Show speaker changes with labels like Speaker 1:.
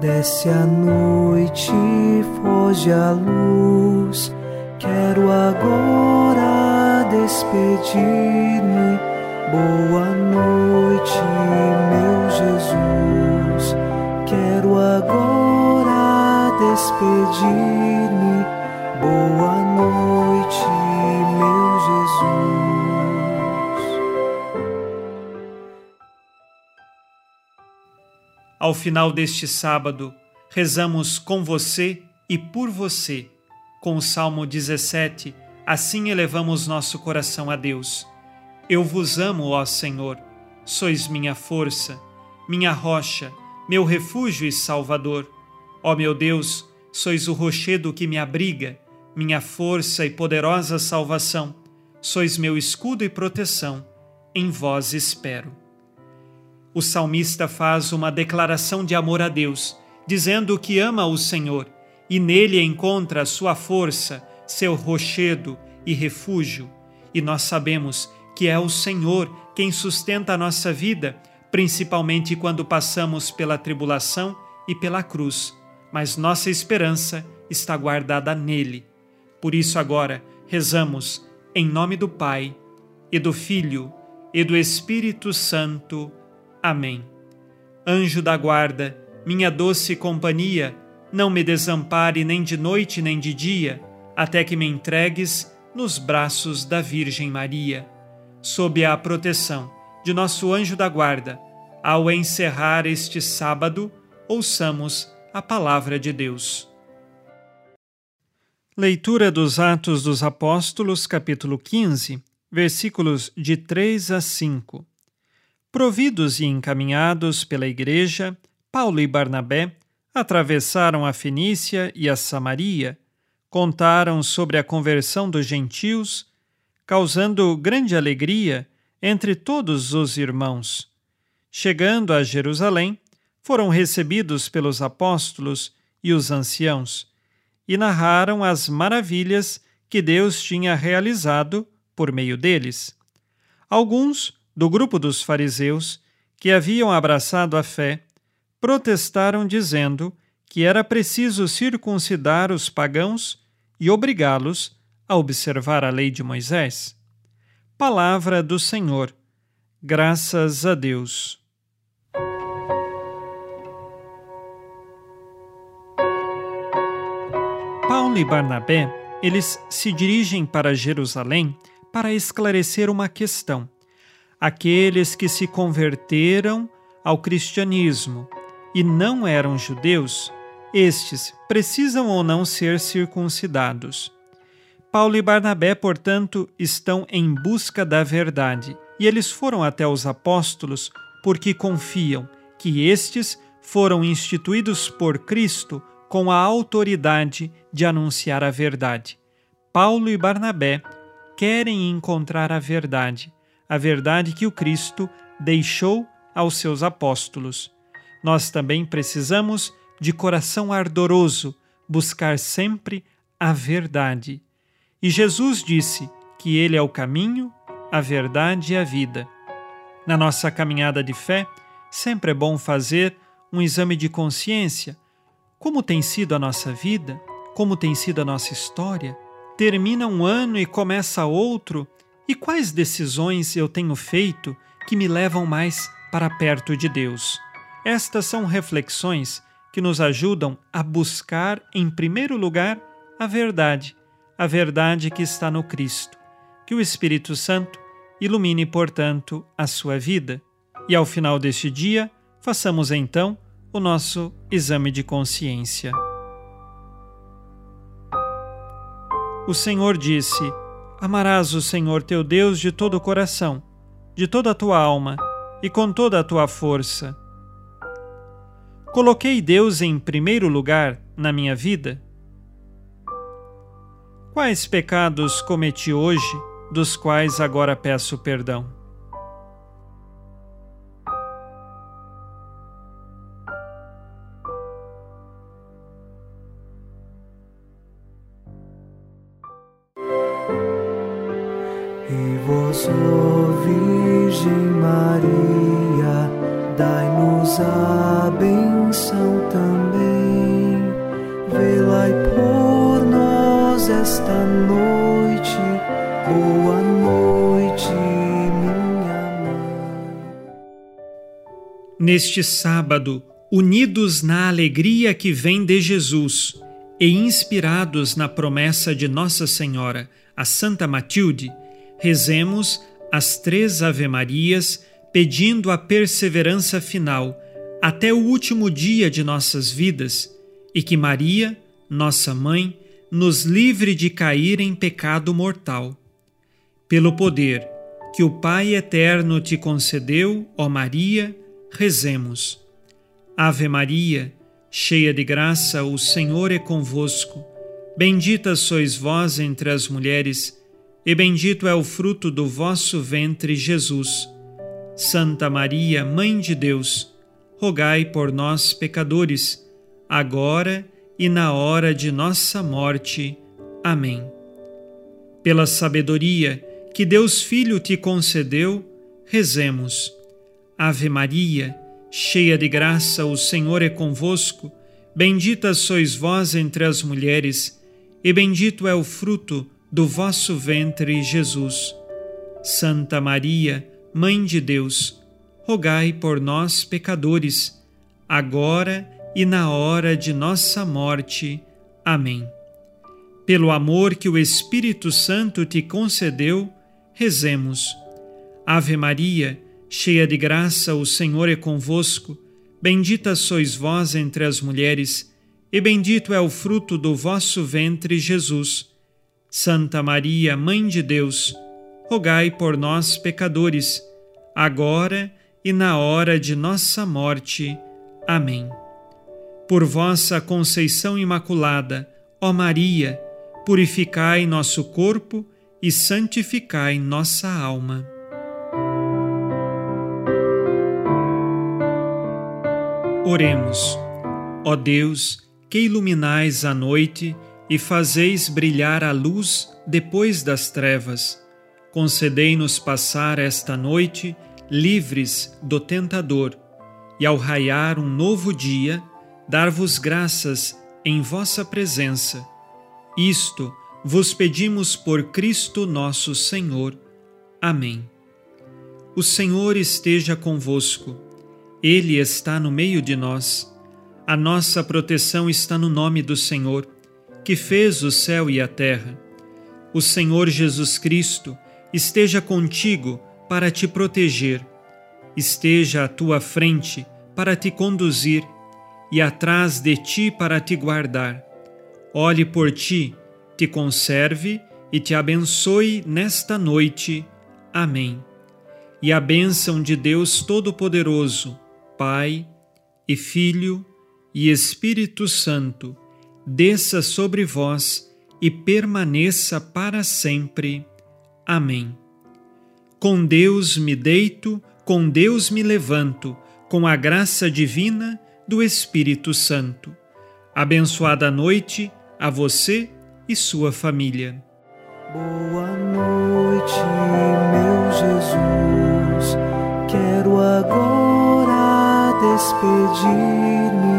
Speaker 1: Desce a noite, foge a luz. Quero agora despedir-me. Boa noite, meu Jesus. Quero agora despedir-me. Boa noite, meu Jesus.
Speaker 2: Ao final deste sábado, rezamos com você e por você. Com o Salmo 17, assim elevamos nosso coração a Deus. Eu vos amo, ó Senhor, sois minha força, minha rocha, meu refúgio e salvador. Ó meu Deus, sois o rochedo que me abriga, minha força e poderosa salvação. Sois meu escudo e proteção, em vós espero. O salmista faz uma declaração de amor a Deus, dizendo que ama o Senhor e nele encontra a sua força, seu rochedo e refúgio. E nós sabemos que é o Senhor quem sustenta a nossa vida, principalmente quando passamos pela tribulação e pela cruz, mas nossa esperança está guardada nele. Por isso agora rezamos em nome do Pai, e do Filho, e do Espírito Santo. Amém. Anjo da guarda, minha doce companhia, não me desampare nem de noite nem de dia, até que me entregues nos braços da Virgem Maria. Sob a proteção de nosso anjo da guarda, ao encerrar este sábado, ouçamos a palavra de Deus. Leitura dos Atos dos Apóstolos, capítulo 15, versículos de 3 a 5. Providos e encaminhados pela Igreja, Paulo e Barnabé atravessaram a Fenícia e a Samaria, contaram sobre a conversão dos gentios, causando grande alegria entre todos os irmãos. Chegando a Jerusalém, foram recebidos pelos apóstolos e os anciãos, e narraram as maravilhas que Deus tinha realizado por meio deles. Alguns, do grupo dos fariseus, que haviam abraçado a fé, protestaram dizendo que era preciso circuncidar os pagãos e obrigá-los a observar a lei de Moisés. Palavra do Senhor. Graças a Deus. Paulo e Barnabé, eles se dirigem para Jerusalém para esclarecer uma questão. Aqueles que se converteram ao cristianismo e não eram judeus, estes precisam ou não ser circuncidados. Paulo e Barnabé, portanto, estão em busca da verdade, e eles foram até os apóstolos porque confiam que estes foram instituídos por Cristo com a autoridade de anunciar a verdade. Paulo e Barnabé querem encontrar a verdade que o Cristo deixou aos seus apóstolos. Nós também precisamos, de coração ardoroso, buscar sempre a verdade. E Jesus disse que Ele é o caminho, a verdade e a vida. Na nossa caminhada de fé, sempre é bom fazer um exame de consciência. Como tem sido a nossa vida? Como tem sido a nossa história? Termina um ano e começa outro? E quais decisões eu tenho feito que me levam mais para perto de Deus? Estas são reflexões que nos ajudam a buscar, em primeiro lugar, a verdade que está no Cristo. Que o Espírito Santo ilumine, portanto, a sua vida. E ao final deste dia, façamos então o nosso exame de consciência. O Senhor disse: amarás o Senhor teu Deus de todo o coração, de toda a tua alma e com toda a tua força. Coloquei Deus em primeiro lugar na minha vida? Quais pecados cometi hoje, dos quais agora peço perdão?
Speaker 1: E vós, ó Virgem Maria, dai-nos a benção também.
Speaker 2: Neste sábado, unidos na alegria que vem de Jesus e inspirados na promessa de Nossa Senhora, a Santa Matilde, rezemos as 3 Ave-Marias pedindo a perseverança final até o último dia de nossas vidas e que Maria, nossa Mãe, nos livre de cair em pecado mortal. Pelo poder que o Pai eterno te concedeu, ó Maria, rezemos. Ave Maria, cheia de graça, o Senhor é convosco. Bendita sois vós entre as mulheres, e bendito é o fruto do vosso ventre, Jesus. Santa Maria, Mãe de Deus, rogai por nós, pecadores, agora e na hora de nossa morte. Amém. Pela sabedoria que Deus Filho te concedeu, rezemos. Ave Maria, cheia de graça, o Senhor é convosco. Bendita sois vós entre as mulheres, e bendito é o fruto do vosso ventre, Jesus. Santa Maria, Mãe de Deus, rogai por nós, pecadores, agora e na hora de nossa morte. Amém. Pelo amor que o Espírito Santo te concedeu, rezemos. Ave Maria, cheia de graça, o Senhor é convosco. Bendita sois vós entre as mulheres, e bendito é o fruto do vosso ventre, Jesus. Santa Maria, Mãe de Deus, rogai por nós, pecadores, agora e na hora de nossa morte. Amém. Por vossa conceição imaculada, ó Maria, purificai nosso corpo e santificai nossa alma. Oremos. Ó Deus, que iluminais a noite e fazeis brilhar a luz depois das trevas, concedei-nos passar esta noite livres do tentador e, ao raiar um novo dia, dar-vos graças em vossa presença. Isto vos pedimos por Cristo nosso Senhor. Amém. O Senhor esteja convosco. Ele está no meio de nós. A nossa proteção está no nome do Senhor, que fez o céu e a terra. O Senhor Jesus Cristo esteja contigo para te proteger. Esteja à tua frente para te conduzir e atrás de ti para te guardar. Olhe por ti, te conserve e te abençoe nesta noite. Amém. E a bênção de Deus Todo-Poderoso, Pai e Filho e Espírito Santo, desça sobre vós e permaneça para sempre. Amém. Com Deus me deito, com Deus me levanto, com a graça divina do Espírito Santo. Abençoada noite a você e sua família.
Speaker 1: Boa noite, meu Jesus. Quero agora despedir-me